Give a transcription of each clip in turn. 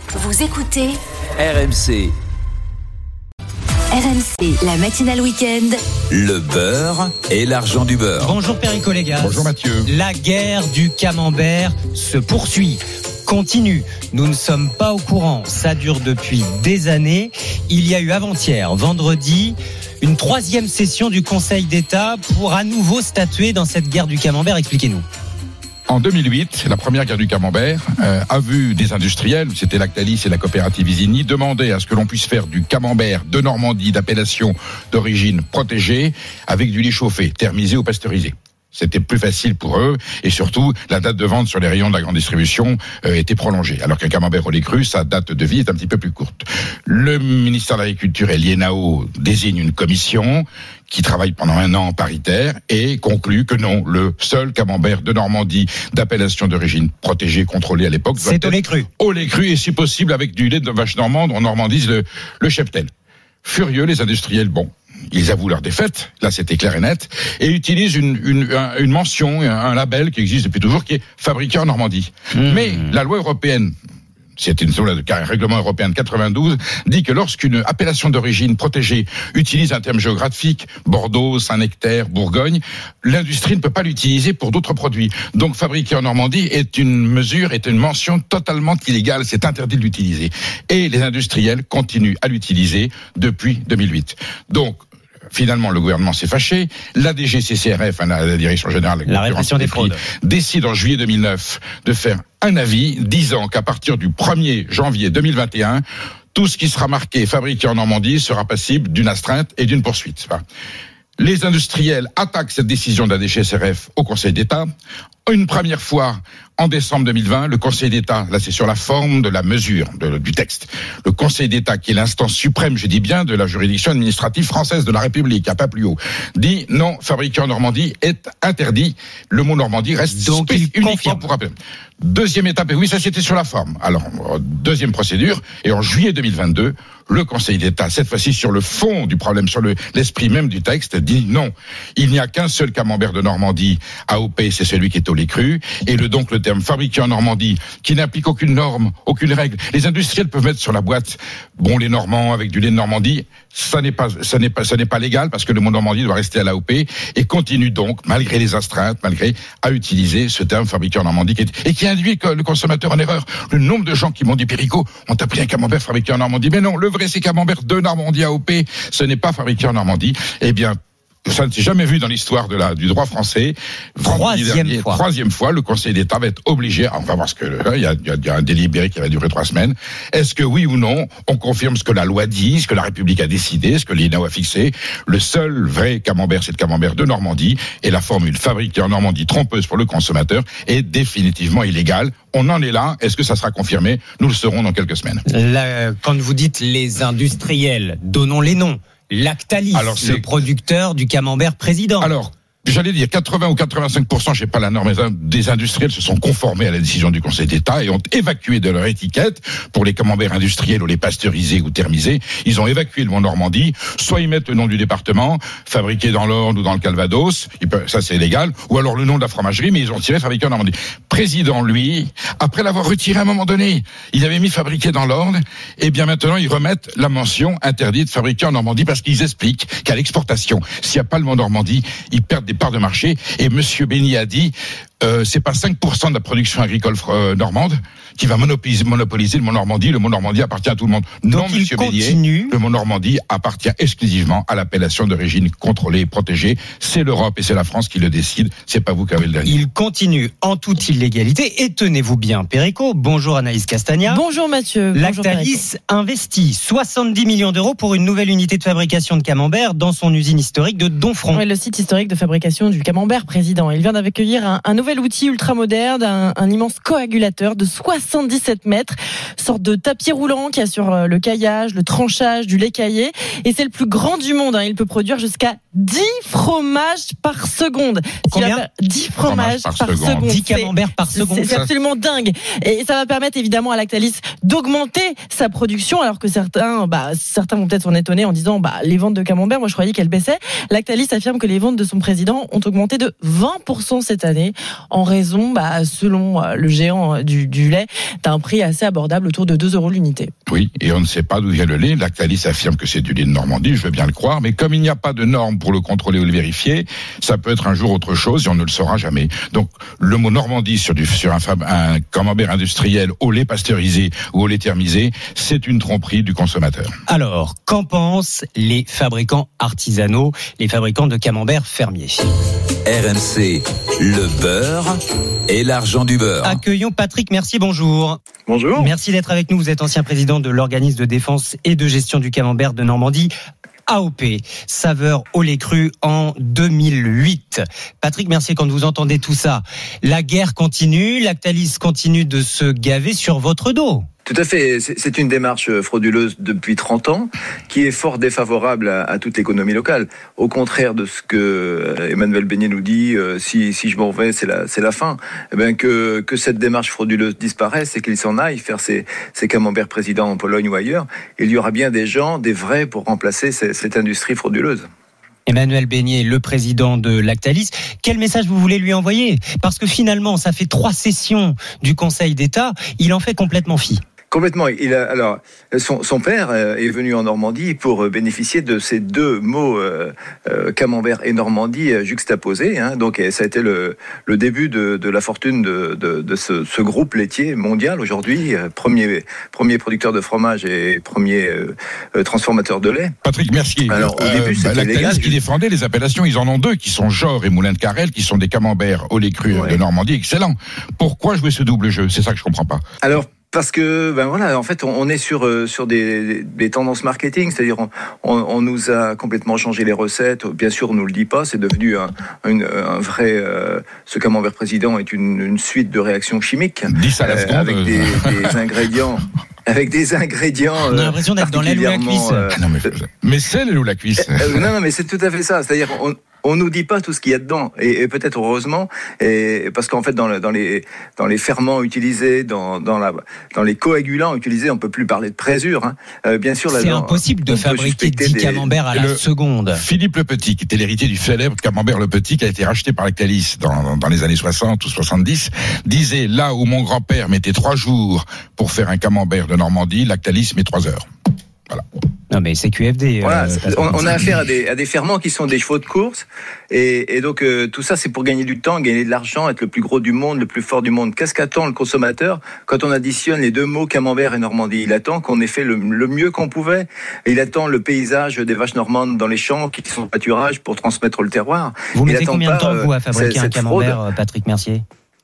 Vous écoutez RMC. RMC, la matinale week-end. Le beurre et l'argent du beurre. Bonjour Perico Légas. Bonjour Mathieu. La guerre du camembert se poursuit, continue. Nous ne sommes pas au courant. Ça dure depuis des années. Il y a eu avant-hier, vendredi, une 3e session du Conseil d'État pour à nouveau statuer dans cette guerre du camembert. Expliquez-nous. En 2008, la première guerre du camembert a vu des industriels, c'était Lactalis et la coopérative Isigny, demander à ce que l'on puisse faire du camembert de Normandie d'appellation d'origine protégée avec du lait chauffé, thermisé ou pasteurisé. C'était plus facile pour eux et surtout la date de vente sur les rayons de la grande distribution était prolongée. Alors qu'un camembert au lait cru, sa date de vie est un petit peu plus courte. Le ministère de l'Agriculture et l'INAO désignent une commission qui travaille pendant 1 an en paritaire et conclut que non, le seul camembert de Normandie d'appellation d'origine protégée, contrôlée à l'époque, c'est au lait cru. Au lait cru et si possible avec du lait de vache normande, on normandise le cheptel. Furieux, les industriels, ils avouent leur défaite, là c'était clair et net, et utilisent une mention, un label qui existe depuis toujours, qui est fabriqué en Normandie. Mais la loi européenne, c'est un règlement européen de 92, dit que lorsqu'une appellation d'origine protégée utilise un terme géographique, Bordeaux, Saint-Nectaire, Bourgogne, l'industrie ne peut pas l'utiliser pour d'autres produits. Donc fabriqué en Normandie est une mention totalement illégale, c'est interdit de l'utiliser. Et les industriels continuent à l'utiliser depuis 2008. Donc, finalement, le gouvernement s'est fâché. La DGCCRF, la Direction Générale de la répression des fraudes, décide en juillet 2009 de faire un avis disant qu'à partir du 1er janvier 2021, tout ce qui sera marqué fabriqué en Normandie sera passible d'une astreinte et d'une poursuite. Les industriels attaquent cette décision de la DGCCRF au Conseil d'État. Une première fois, en décembre 2020, le Conseil d'État, là c'est sur la forme de la mesure du texte, le Conseil d'État, qui est l'instance suprême, je dis bien, de la juridiction administrative française de la République, à pas plus haut, dit non, fabriqué en Normandie est interdit. Le mot Normandie reste donc uniquement pour rappeler. Deuxième étape, et oui, ça c'était sur la forme. Alors, deuxième procédure, et en juillet 2022, le Conseil d'État, cette fois-ci sur le fond du problème, sur l'esprit même du texte, dit non, il n'y a qu'un seul camembert de Normandie AOP, c'est celui qui est au lait cru, et donc le terme fabriqué en Normandie, qui n'implique aucune norme, aucune règle. Les industriels peuvent mettre sur la boîte, lait normand avec du lait de Normandie, ça n'est pas légal, parce que le mot Normandie doit rester à l'AOP, et continue donc, malgré les astreintes, à utiliser ce terme fabriqué en Normandie, et qui induit le consommateur en erreur. Le nombre de gens qui m'ont dit, Perico, on t'a pris un camembert fabriqué en Normandie. Mais non, le vrai, c'est camembert de Normandie AOP, ce n'est pas fabriqué en Normandie. Eh bien, ça ne s'est jamais vu dans l'histoire du droit français. Troisième fois, le Conseil d'État va être obligé, on va voir il y a un délibéré qui va durer 3 semaines. Est-ce que oui ou non, on confirme ce que la loi dit, ce que la République a décidé, ce que l'INAO a fixé? Le seul vrai camembert, c'est le camembert de Normandie, et la formule fabriquée en Normandie trompeuse pour le consommateur est définitivement illégale. On en est là. Est-ce que ça sera confirmé? Nous le saurons dans quelques semaines. Quand vous dites les industriels, donnons les noms. Lactalis, le producteur du camembert président. Alors, j'allais dire 80 ou 85%, j'ai pas la norme, des industriels se sont conformés à la décision du Conseil d'État et ont évacué de leur étiquette, pour les camemberts industriels ou les pasteurisés ou thermisés, ils ont évacué le mot Normandie, soit ils mettent le nom du département, fabriqué dans l'Orne ou dans le Calvados, ça c'est légal, ou alors le nom de la fromagerie, mais ils ont tiré fabriqué en Normandie. Président, lui, après l'avoir retiré à un moment donné, il avait mis fabriqué dans l'Orne, et bien maintenant ils remettent la mention interdite fabriqué en Normandie, parce qu'ils expliquent qu'à l'exportation, s'il n'y a pas le mot Normandie, ils perdent des parts de marché. Et Monsieur Béni a dit, c'est pas 5% de la production agricole normande qui va monopoliser le mot Normandie. Le mot Normandie appartient à tout le monde. Donc non, Monsieur Bénier, le mot Normandie appartient exclusivement à l'appellation d'origine contrôlée et protégée. C'est l'Europe et c'est la France qui le décide. C'est pas vous qui avez le dernier. Il continue en toute illégalité. Et tenez-vous bien, Perico. Bonjour Anaïs Castagna. Bonjour Mathieu. Lactalis investit 70 millions d'euros pour une nouvelle unité de fabrication de camembert dans son usine historique de Domfront. Oui, le site historique de fabrication du camembert président. Il vient d'accueillir un nouvel outil ultra moderne, un immense coagulateur de 77 mètres, sorte de tapis roulant qui assure le caillage, le tranchage du lait caillé, et c'est le plus grand du monde. Il peut produire jusqu'à 10 fromages par seconde. Combien ? 10 fromages par seconde. 10 camemberts par seconde. C'est absolument dingue. Et ça va permettre évidemment à Lactalis d'augmenter sa production, alors que certains vont peut-être s'en étonner en disant les ventes de camembert, moi je croyais qu'elles baissaient. Lactalis affirme que les ventes de son président ont augmenté de 20% cette année, en raison, selon le géant du lait, d'un prix assez abordable raisonnable, autour de 2 € l'unité. Oui, et on ne sait pas d'où vient le lait. Lactalis affirme que c'est du lait de Normandie, je veux bien le croire, mais comme il n'y a pas de normes pour le contrôler ou le vérifier, ça peut être un jour autre chose et on ne le saura jamais. Donc, le mot Normandie sur un camembert industriel au lait pasteurisé ou au lait thermisé, c'est une tromperie du consommateur. Alors, qu'en pensent les fabricants artisanaux, les fabricants de camembert fermiers? RMC, le beurre et l'argent du beurre. Accueillons Patrick, merci, bonjour. Bonjour. Merci d'être avec nous, vous êtes ancien président de l'organisme de défense et de gestion du camembert de Normandie. AOP, saveur au lait cru en 2008. Patrick Mercier, quand vous entendez tout ça, la guerre continue, Lactalis continue de se gaver sur votre dos. Tout à fait. C'est une démarche frauduleuse depuis 30 ans qui est fort défavorable à toute l'économie locale. Au contraire de ce que Emmanuel Beignet nous dit, si je m'en vais, c'est la fin. Eh bien, que cette démarche frauduleuse disparaisse et qu'il s'en aille faire ses camemberts présidents en Pologne ou ailleurs, il y aura bien des gens, des vrais, pour remplacer cette industrie frauduleuse. Emmanuel Beignet, le président de Lactalis, quel message vous voulez lui envoyer? Parce que finalement, ça fait 3 sessions du Conseil d'État, il en fait complètement fi. Complètement. Alors, son père est venu en Normandie pour bénéficier de ces 2 mots camembert et Normandie juxtaposés. Donc, ça a été le début de la fortune de ce groupe laitier mondial aujourd'hui, premier producteur de fromage et premier transformateur de lait. Patrick Mercier. Alors, au début, c'était Lactalis qui défendait les appellations, ils en ont 2 qui sont Jor et Moulin de Carrel, qui sont des camemberts au lait cru de Normandie excellents. Pourquoi jouer ce double jeu? C'est ça que je comprends pas. Alors, parce que, en fait, on est sur des tendances marketing, c'est-à-dire on nous a complètement changé les recettes. Bien sûr, on nous le dit pas, c'est devenu un vrai. Ce camembert président est une suite de réactions chimiques 10 à la seconde, avec des ingrédients. Avec des ingrédients. On a l'impression d'être dans l'aile ou la cuisse. Mais c'est l'aile ou la cuisse. Non, mais c'est tout à fait ça. C'est-à-dire, on nous dit pas tout ce qu'il y a dedans, et peut-être heureusement, et parce qu'en fait dans les ferments utilisés, dans les coagulants utilisés, on peut plus parler de présure. Bien sûr, c'est impossible de fabriquer 10 camemberts à la seconde. Philippe Le Petit, qui était l'héritier du célèbre camembert Le Petit, qui a été racheté par Lactalis dans les années 60 ou 70, disait: là où mon grand-père mettait 3 jours pour faire un camembert de Normandie, Lactalis met 3 heures. Voilà. Non mais c'est QFD. Voilà, on a affaire à des ferments qui sont des chevaux de course, et donc tout ça c'est pour gagner du temps, gagner de l'argent, être le plus gros du monde, le plus fort du monde. Qu'est-ce qu'attend le consommateur quand on additionne les 2 mots camembert et Normandie? Il attend qu'on ait fait le mieux qu'on pouvait. Il attend le paysage des vaches normandes dans les champs qui sont pâturages pour transmettre le terroir. Vous mettez combien de temps vous à fabriquer un camembert, Patrick Mercier?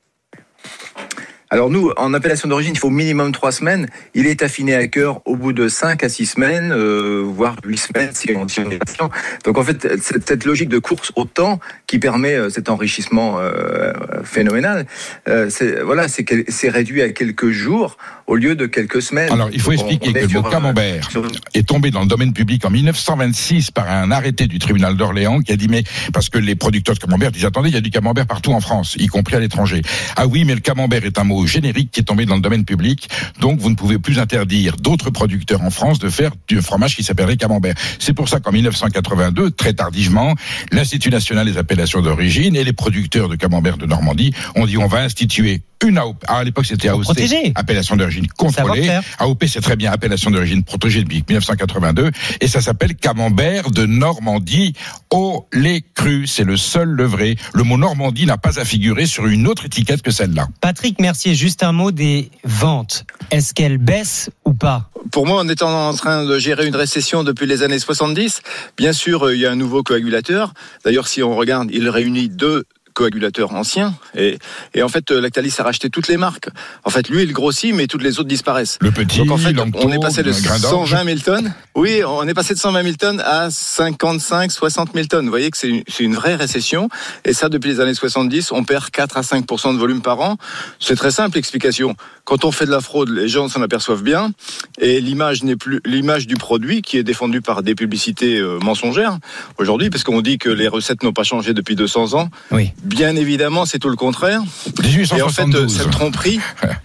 Alors nous, en appellation d'origine, il faut au minimum 3 semaines. Il est affiné à cœur au bout de 5 à 6 semaines, voire 8 semaines si on est patient. Donc en fait, cette logique de course au temps qui permet cet enrichissement phénoménal, c'est réduit à quelques jours au lieu de quelques semaines. Alors il faut expliquer que le mot camembert est tombé dans le domaine public en 1926 par un arrêté du tribunal d'Orléans qui a dit parce que les producteurs de camembert disent: attendez, il y a du camembert partout en France, y compris à l'étranger. Ah oui, mais le camembert est un mot générique qui est tombé dans le domaine public, donc vous ne pouvez plus interdire d'autres producteurs en France de faire du fromage qui s'appellerait camembert. C'est pour ça qu'en 1982, très tardivement, l'Institut national des appellations d'origine et les producteurs de camembert de Normandie ont dit: on va instituer une AOP. À l'époque, c'était AOC, appellation d'origine contrôlée. AOP, c'est très bien, appellation d'origine protégée depuis 1982, et ça s'appelle camembert de Normandie au lait cru. C'est le seul, le vrai. Le mot Normandie n'a pas à figurer sur une autre étiquette que celle-là. Patrick Mercier, juste un mot des ventes. Est-ce qu'elles baissent ou pas? Pour moi, en étant en train de gérer une récession depuis les années 70, bien sûr, il y a un nouveau coagulateur. D'ailleurs, si on regarde, il réunit 2 coagulateurs anciens, et en fait Lactalis a racheté toutes les marques. En fait, lui il grossit, mais toutes les autres disparaissent. Le petit, donc en fait, Lanctot, on est passé de 120 000 tonnes. Oui, on est passé de 120 000 tonnes à 55, 60 000 tonnes. Vous voyez que c'est une vraie récession, et ça depuis les années 70, on perd 4 à 5% de volume par an. C'est très simple l'explication. Quand on fait de la fraude, les gens s'en aperçoivent bien, et l'image n'est plus l'image du produit qui est défendue par des publicités mensongères aujourd'hui, parce qu'on dit que les recettes n'ont pas changé depuis 200 ans. Oui. Bien évidemment, c'est tout le contraire. 1872. Et en fait, cette tromperie,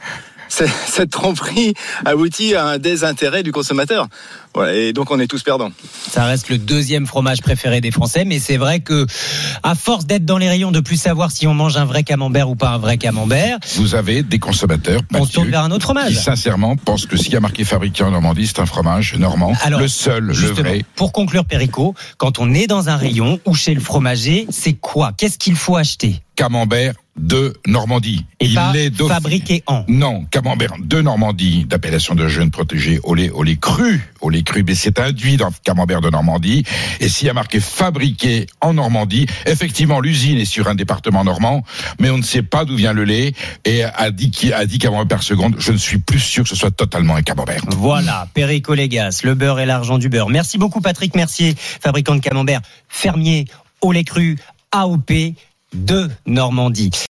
cette tromperie aboutit à un désintérêt du consommateur. Voilà, et donc on est tous perdants. Ça reste le deuxième fromage préféré des Français, mais c'est vrai que à force d'être dans les rayons, de plus savoir si on mange un vrai camembert ou pas un vrai camembert, vous avez des consommateurs, on se tourne vers un autre fromage. Qui sincèrement pensent que s'il y a marqué fabriqué en Normandie, c'est un fromage normand. Alors, le seul, le vrai. Pour conclure, Perico, quand on est dans un rayon ou chez le fromager, c'est quoi ? Qu'est-ce qu'il faut acheter ? Camembert de Normandie. Et pas fabriqué en. Non, camembert de Normandie, d'appellation de jeunes protégés au lait cru, mais c'est induit dans camembert de Normandie. Et s'il y a marqué fabriqué en Normandie, effectivement, l'usine est sur un département normand, mais on ne sait pas d'où vient le lait. Et à 10 camemberts par seconde, je ne suis plus sûr que ce soit totalement un camembert. Voilà, Perico Légas, le beurre et l'argent du beurre. Merci beaucoup Patrick Mercier, fabricant de camembert, fermier au lait cru, AOP de Normandie.